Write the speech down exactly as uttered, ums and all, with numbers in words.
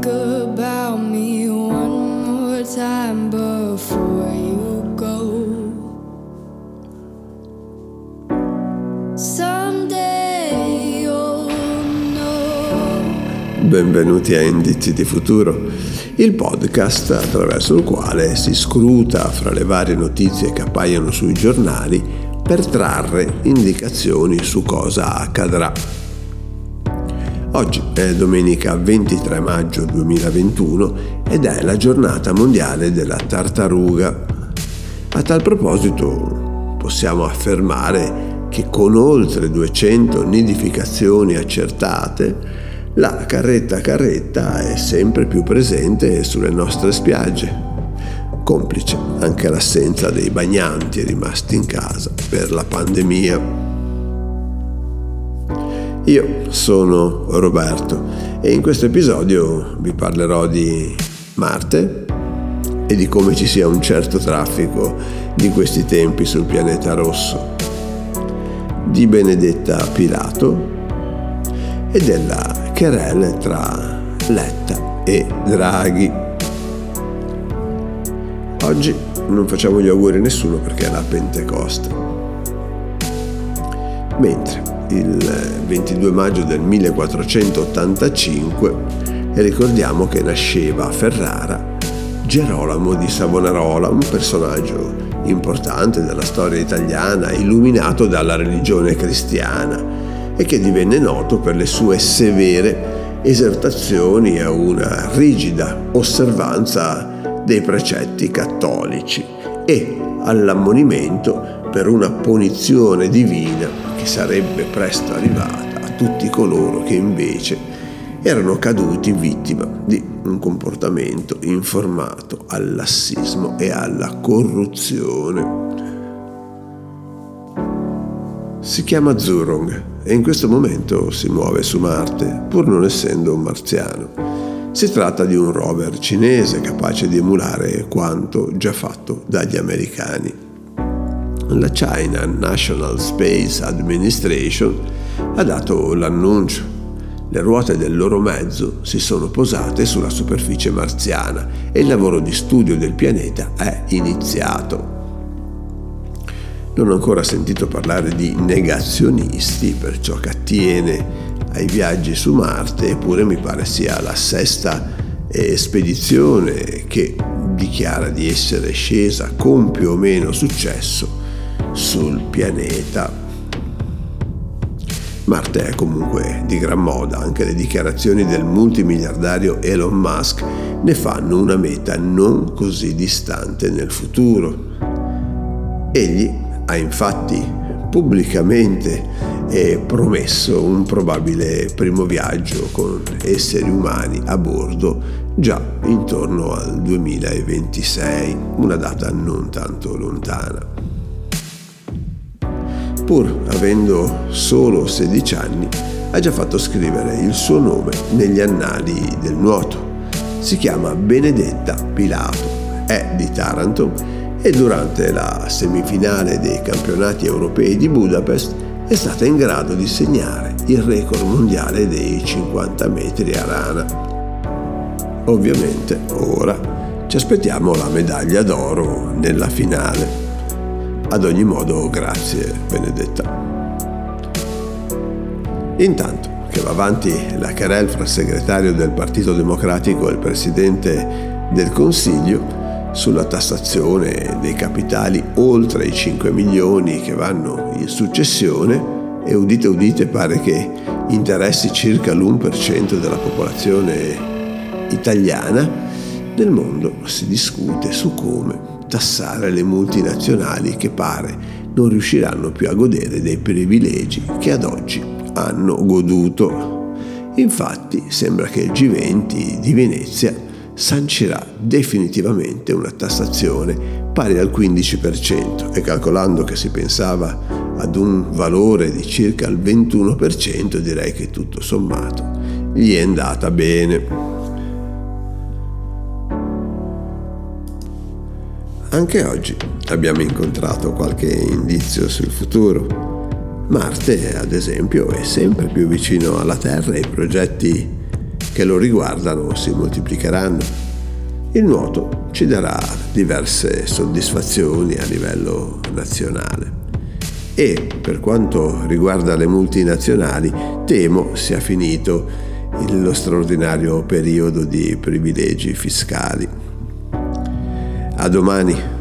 think about me one more time before you go. Someday you'll know. Benvenuti a Indizi di Futuro, il podcast attraverso il quale si scruta fra le varie notizie che appaiono sui giornali per trarre indicazioni su cosa accadrà. Oggi è domenica ventitré maggio duemilaventuno ed è la giornata mondiale della tartaruga. A tal proposito possiamo affermare che con oltre duecento nidificazioni accertate, la carretta carretta è sempre più presente sulle nostre spiagge, complice anche l'assenza dei bagnanti rimasti in casa per la pandemia. Io sono Roberto e in questo episodio vi parlerò di Marte e di come ci sia un certo traffico di questi tempi sul pianeta rosso, di Benedetta Pilato e della querelle tra Letta e Draghi. Oggi non facciamo gli auguri a nessuno perché è la Pentecoste. Mentre il ventidue maggio del millequattrocentottantacinque ricordiamo che nasceva a Ferrara Gerolamo di Savonarola, un personaggio importante della storia italiana, illuminato dalla religione cristiana e che divenne noto per le sue severe esortazioni a una rigida osservanza dei precetti cattolici e all'ammonimento per una punizione divina che sarebbe presto arrivata a tutti coloro che invece erano caduti vittima di un comportamento informato al lassismo e alla corruzione. Si chiama Zhurong e in questo momento si muove su Marte, pur non essendo un marziano. Si tratta di un rover cinese capace di emulare quanto già fatto dagli americani. La China National Space Administration ha dato l'annuncio. Le ruote del loro mezzo si sono posate sulla superficie marziana e il lavoro di studio del pianeta è iniziato. Non ho ancora sentito parlare di negazionisti per ciò che attiene ai viaggi su Marte, eppure mi pare sia la sesta eh, spedizione che dichiara di essere scesa con più o meno successo sul pianeta. Marte è comunque di gran moda, anche le dichiarazioni del multimiliardario Elon Musk ne fanno una meta non così distante nel futuro. Egli ha infatti pubblicamente eh, promesso un probabile primo viaggio con esseri umani a bordo già intorno al duemilaventisei, una data non tanto lontana. Pur avendo solo sedici anni, ha già fatto scrivere il suo nome negli annali del nuoto. Si chiama Benedetta Pilato, è di Taranto e durante la semifinale dei campionati europei di Budapest è stata in grado di segnare il record mondiale dei cinquanta metri a rana. Ovviamente ora ci aspettiamo la medaglia d'oro nella finale. Ad ogni modo, grazie Benedetta. Intanto che va avanti la querelle fra il segretario del Partito Democratico e il presidente del Consiglio sulla tassazione dei capitali oltre i cinque milioni che vanno in successione, e udite udite pare che interessi circa l'uno per cento della popolazione italiana, nel mondo si discute su come tassare le multinazionali che pare non riusciranno più a godere dei privilegi che ad oggi hanno goduto. Infatti sembra che il G venti di Venezia sancirà definitivamente una tassazione pari al quindici per cento e calcolando che si pensava ad un valore di circa il ventuno per cento, direi che tutto sommato gli è andata bene. Anche oggi abbiamo incontrato qualche indizio sul futuro. Marte, ad esempio, è sempre più vicino alla Terra e i progetti che lo riguardano si moltiplicheranno. Il nuoto ci darà diverse soddisfazioni a livello nazionale e, per quanto riguarda le multinazionali, temo sia finito lo straordinario periodo di privilegi fiscali. A domani.